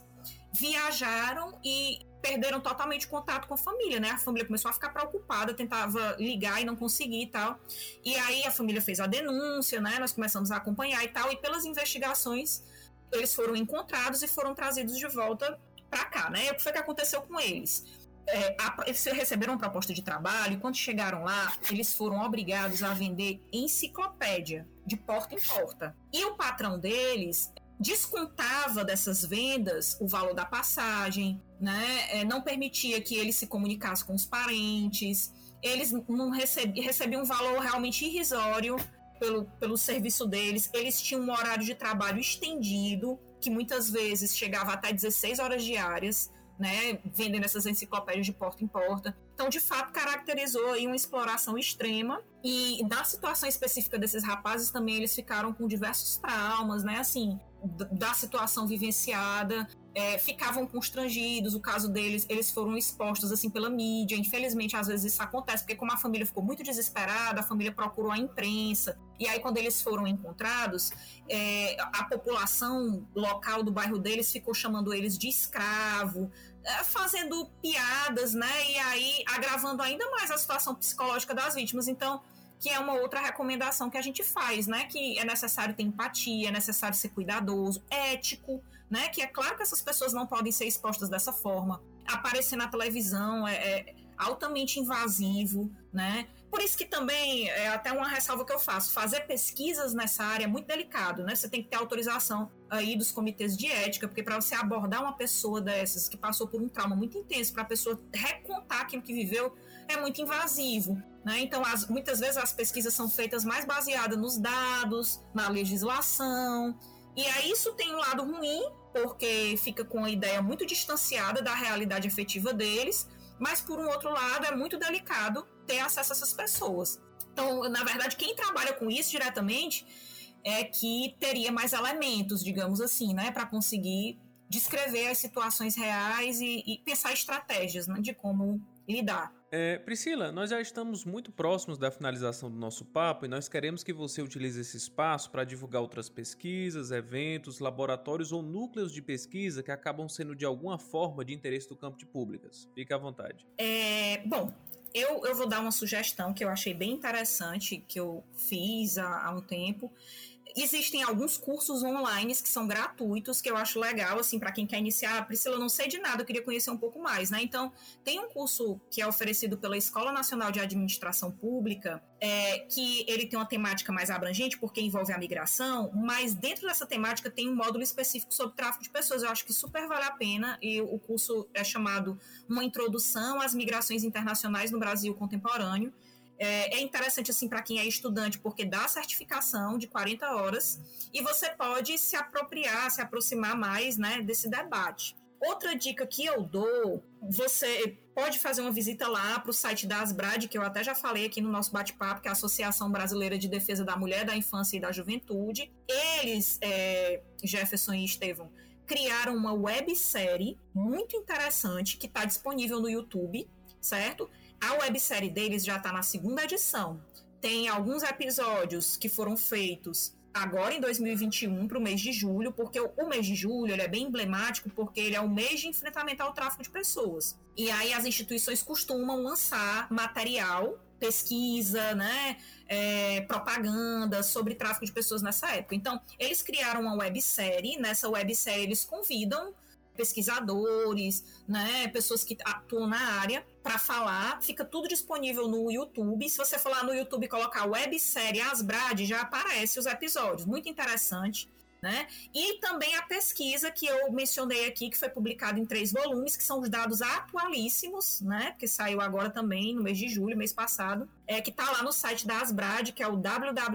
viajaram e perderam totalmente o contato com a família, né? A família começou a ficar preocupada, tentava ligar e não conseguia e tal. E aí a família fez a denúncia, né? Nós começamos a acompanhar e tal, e pelas investigações eles foram encontrados e foram trazidos de volta para cá, né? E o que foi que aconteceu com eles? Eles receberam uma proposta de trabalho e quando chegaram lá, eles foram obrigados a vender enciclopédia de porta em porta. E o patrão deles descontava dessas vendas o valor da passagem, né? Não permitia que eles se comunicassem com os parentes, eles não recebiam um valor realmente irrisório pelo serviço deles, eles tinham um horário de trabalho estendido, que muitas vezes chegava até 16 horas diárias, né, vendendo essas enciclopédias de porta em porta. Então, de fato, caracterizou aí uma exploração extrema. E na situação específica desses rapazes também, eles ficaram com diversos traumas, né, assim, da situação vivenciada, ficavam constrangidos. O caso deles, eles foram expostos assim pela mídia. Infelizmente, às vezes isso acontece, porque como a família ficou muito desesperada, a família procurou a imprensa, e aí quando eles foram encontrados, a população local do bairro deles ficou chamando eles de escravo, fazendo piadas, né, e aí agravando ainda mais a situação psicológica das vítimas. Então, que é uma outra recomendação que a gente faz, né? Que é necessário ter empatia, é necessário ser cuidadoso, ético, né? Que é claro que essas pessoas não podem ser expostas dessa forma. Aparecer na televisão é altamente invasivo, né? Por isso que também, é até uma ressalva que eu faço, fazer pesquisas nessa área é muito delicado, né? Você tem que ter autorização aí dos comitês de ética, porque para você abordar uma pessoa dessas que passou por um trauma muito intenso, para a pessoa recontar aquilo que viveu, é muito invasivo, né? Então, muitas vezes as pesquisas são feitas mais baseadas nos dados, na legislação, E aí isso tem um lado ruim, porque fica com a ideia muito distanciada da realidade efetiva deles, mas por um outro lado é muito delicado ter acesso a essas pessoas. Então, na verdade, quem trabalha com isso diretamente é que teria mais elementos, digamos assim, né, para conseguir descrever as situações reais e pensar estratégias, né, de como lidar. Priscila, nós já estamos muito próximos da finalização do nosso papo e nós queremos que você utilize esse espaço para divulgar outras pesquisas, eventos, laboratórios ou núcleos de pesquisa que acabam sendo de alguma forma de interesse do campo de públicas. Fique à vontade. Bom, eu vou dar uma sugestão que eu achei bem interessante, que eu fiz há um tempo. Existem alguns cursos online que são gratuitos, que eu acho legal, assim, para quem quer iniciar. Priscila, eu não sei de nada, eu queria conhecer um pouco mais, né? Então, tem um curso que é oferecido pela Escola Nacional de Administração Pública, que ele tem uma temática mais abrangente, porque envolve a migração, mas dentro dessa temática tem um módulo específico sobre tráfico de pessoas. Eu acho que super vale a pena, e o curso é chamado Uma Introdução às Migrações Internacionais no Brasil Contemporâneo. É interessante assim para quem é estudante, porque dá certificação de 40 horas e você pode se apropriar, se aproximar mais, né, desse debate. Outra dica que eu dou, você pode fazer uma visita lá para o site da Asbrad, que eu até já falei aqui no nosso bate-papo, que é a Associação Brasileira de Defesa da Mulher, da Infância e da Juventude. Eles, Jefferson e Estevão, criaram uma websérie muito interessante que está disponível no YouTube, certo? A websérie deles já está na 2ª edição. Tem alguns episódios que foram feitos agora em 2021 para o mês de julho, porque o mês de julho ele é bem emblemático, porque ele é o mês de enfrentamento ao tráfico de pessoas. E aí as instituições costumam lançar material, pesquisa, né, propaganda sobre tráfico de pessoas nessa época. Então, eles criaram uma websérie. Nessa websérie eles convidam pesquisadores, né, pessoas que atuam na área para falar. Fica tudo disponível no YouTube. Se você for lá no YouTube e colocar websérie Asbrad, já aparece os episódios. Muito interessante, né? E também a pesquisa que eu mencionei aqui, que foi publicada em 3 volumes, que são os dados atualíssimos, né? Porque saiu agora também, no mês de julho, mês passado, que está lá no site da Asbrad, que é o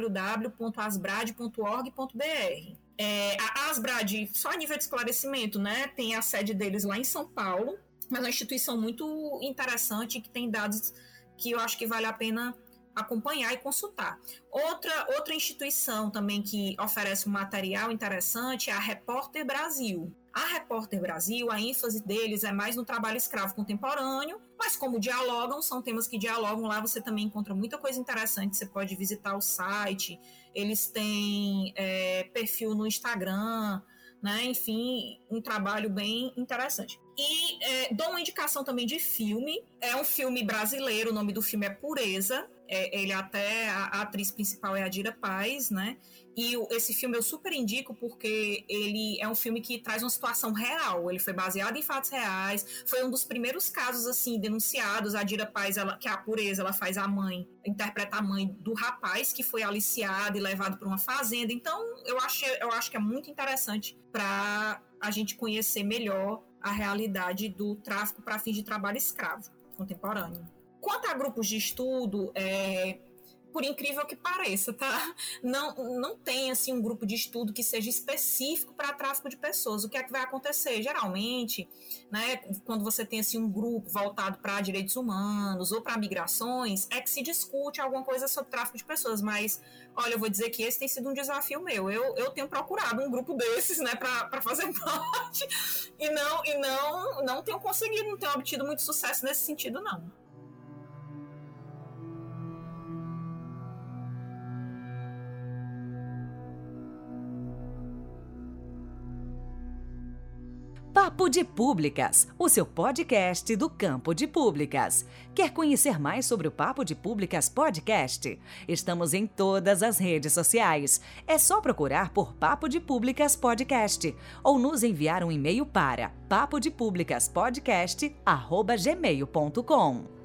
www.asbrad.org.br. A Asbrad, só a nível de esclarecimento, né, tem a sede deles lá em São Paulo, mas é uma instituição muito interessante que tem dados que eu acho que vale a pena acompanhar e consultar. Outra instituição também que oferece um material interessante é a Repórter Brasil. A Repórter Brasil, a ênfase deles é mais no trabalho escravo contemporâneo, mas como dialogam, são temas que dialogam lá, você também encontra muita coisa interessante, você pode visitar o site, eles têm perfil no Instagram, né? Enfim, um trabalho bem interessante. E dou uma indicação também de filme, é um filme brasileiro, o nome do filme é Pureza, ele até, a atriz principal é a Dira Paz, né? E esse filme eu super indico porque ele é um filme que traz uma situação real, ele foi baseado em fatos reais, foi um dos primeiros casos assim denunciados. A Dira Paz, que é a Pureza, ela faz a mãe, interpreta a mãe do rapaz que foi aliciado e levado para uma fazenda. Então eu acho que é muito interessante para a gente conhecer melhor a realidade do tráfico para fins de trabalho escravo contemporâneo. Quanto a grupos de estudo, por incrível que pareça, tá? Não tem assim um grupo de estudo que seja específico para tráfico de pessoas. O que é que vai acontecer? Geralmente, né, quando você tem assim um grupo voltado para direitos humanos ou para migrações, é que se discute alguma coisa sobre tráfico de pessoas. Mas, olha, eu vou dizer que esse tem sido um desafio meu. Eu tenho procurado um grupo desses, né, para fazer parte e não tenho conseguido, não tenho obtido muito sucesso nesse sentido, não. Papo de Públicas, o seu podcast do campo de públicas. Quer conhecer mais sobre o Papo de Públicas Podcast? Estamos em todas as redes sociais. É só procurar por Papo de Públicas Podcast ou nos enviar um e-mail para papodepublicaspodcast@gmail.com.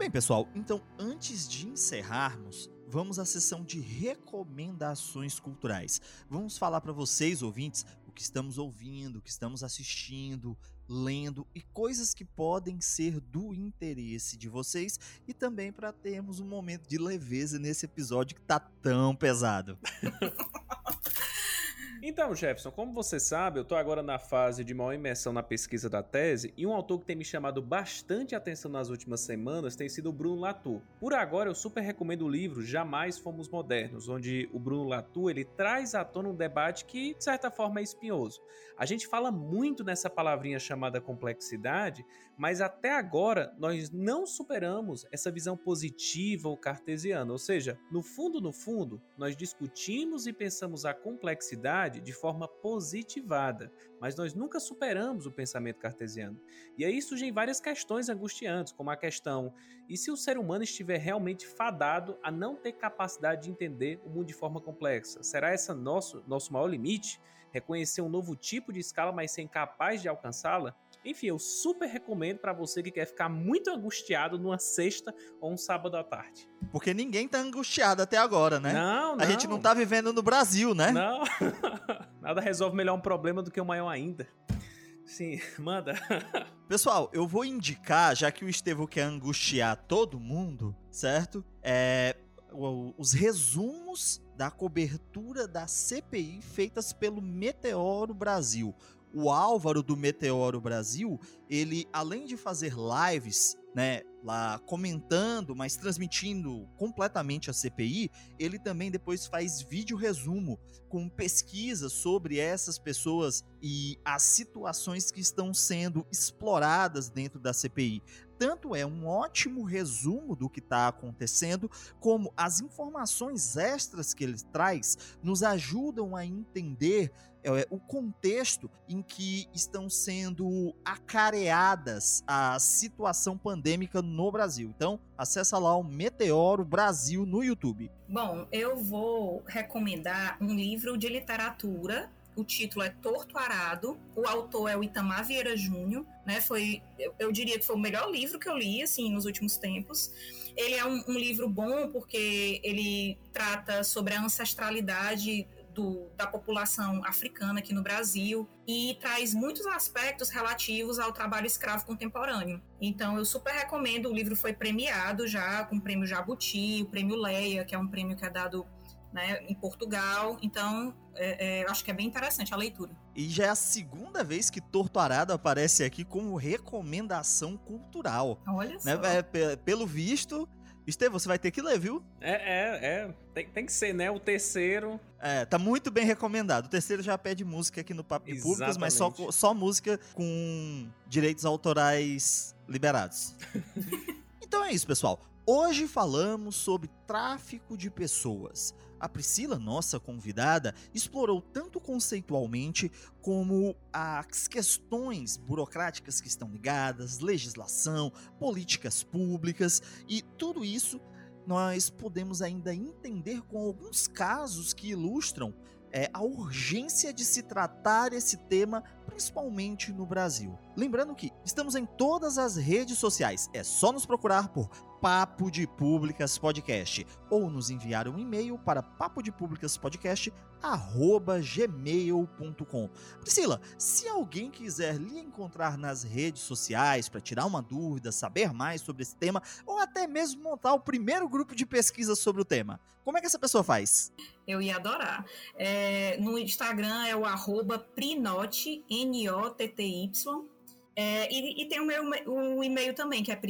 Bem, pessoal, então antes de encerrarmos, vamos à sessão de recomendações culturais. Vamos falar para vocês, ouvintes, o que estamos ouvindo, o que estamos assistindo, lendo e coisas que podem ser do interesse de vocês e também para termos um momento de leveza nesse episódio que tá tão pesado. Então, Jefferson, como você sabe, eu estou agora na fase de maior imersão na pesquisa da tese e um autor que tem me chamado bastante atenção nas últimas semanas tem sido o Bruno Latour. Por agora, eu super recomendo o livro Jamais Fomos Modernos, onde o Bruno Latour ele traz à tona um debate que, de certa forma, é espinhoso. A gente fala muito nessa palavrinha chamada complexidade, mas até agora nós não superamos essa visão positiva ou cartesiana, ou seja, no fundo, nós discutimos e pensamos a complexidade de forma positivada, mas nós nunca superamos o pensamento cartesiano. E aí surgem várias questões angustiantes, como a questão: e se o ser humano estiver realmente fadado a não ter capacidade de entender o mundo de forma complexa? Será esse nosso maior limite? Reconhecer um novo tipo de escala, mas ser incapaz de alcançá-la? Enfim, eu super recomendo para você que quer ficar muito angustiado numa sexta ou um sábado à tarde. Porque ninguém tá angustiado até agora, né? Não. A gente não tá vivendo no Brasil, né? Não. Nada resolve melhor um problema do que um maior ainda. Sim, manda. Pessoal, eu vou indicar, já que o Estevão quer angustiar todo mundo, certo? Os resumos da cobertura da CPI feitas pelo Meteoro Brasil. O Álvaro do Meteoro Brasil, ele, além de fazer lives, né, lá comentando, mas transmitindo completamente a CPI, ele também depois faz vídeo resumo com pesquisas sobre essas pessoas e as situações que estão sendo exploradas dentro da CPI. Tanto é um ótimo resumo do que está acontecendo, como as informações extras que ele traz nos ajudam a entender o contexto em que estão sendo acareadas a situação pandêmica no Brasil. Então, acessa lá o Meteoro Brasil no YouTube. Bom, eu vou recomendar um livro de literatura. O título é Torto Arado, o autor é o Itamar Vieira Júnior, né? Eu diria que foi o melhor livro que eu li, assim, nos últimos tempos. Ele é um livro bom porque ele trata sobre a ancestralidade da população africana aqui no Brasil e traz muitos aspectos relativos ao trabalho escravo contemporâneo. Então, eu super recomendo. O livro foi premiado já com o prêmio Jabuti, o prêmio Leia, que é um prêmio que é dado, né, em Portugal. Então, eu acho que é bem interessante a leitura. E já é a segunda vez que Torto Arado aparece aqui como recomendação cultural. Olha só. Né? Pelo visto, Estevão, você vai ter que ler, viu? Tem que ser, né? O terceiro. Tá muito bem recomendado. O terceiro já pede música aqui no Papo de Públicas, mas só música com direitos autorais liberados. Então é isso, pessoal. Hoje falamos sobre tráfico de pessoas. A Priscila, nossa convidada, explorou tanto conceitualmente como as questões burocráticas que estão ligadas, legislação, políticas públicas, e tudo isso nós podemos ainda entender com alguns casos que ilustram a urgência de se tratar esse tema, principalmente no Brasil. Lembrando que estamos em todas as redes sociais, é só nos procurar por Papo de Públicas Podcast ou nos enviar um e-mail para papodepublicaspodcast@gmail.com. Priscila, se alguém quiser lhe encontrar nas redes sociais para tirar uma dúvida, saber mais sobre esse tema ou até mesmo montar o primeiro grupo de pesquisa sobre o tema, como é que essa pessoa faz? Eu ia adorar. No Instagram é o @prinoty, Notty. E tem o e-mail também, que é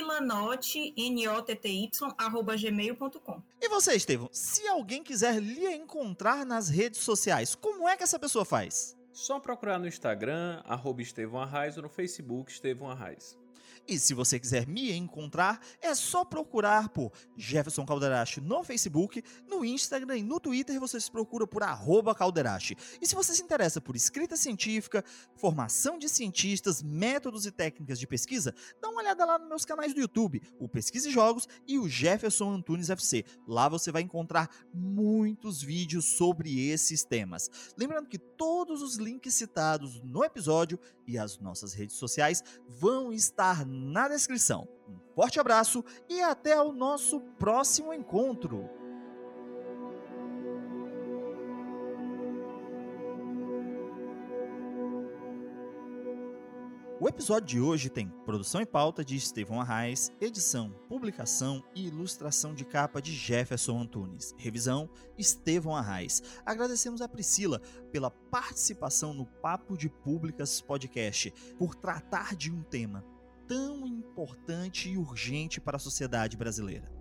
priscilanoty@gmail.com. E você, Estevão, se alguém quiser lhe encontrar nas redes sociais, como é que essa pessoa faz? Só procurar no Instagram, @Estevão Arraes, ou no Facebook, Estevão Arraes. E se você quiser me encontrar, é só procurar por Jefferson Calderache no Facebook, no Instagram e no Twitter você se procura por @Calderache. E se você se interessa por escrita científica, formação de cientistas, métodos e técnicas de pesquisa, dá uma olhada lá nos meus canais do YouTube, o Pesquisa e Jogos e o Jefferson Antunes FC. Lá você vai encontrar muitos vídeos sobre esses temas. Lembrando que todos os links citados no episódio e as nossas redes sociais vão estar na descrição. Um forte abraço e até o nosso próximo encontro. O episódio de hoje tem produção e pauta de Estevão Arraes, edição, publicação e ilustração de capa de Jefferson Antunes. Revisão, Estevão Arraes. Agradecemos a Priscila pela participação no Papo de Públicas Podcast, por tratar de um tema tão importante e urgente para a sociedade brasileira.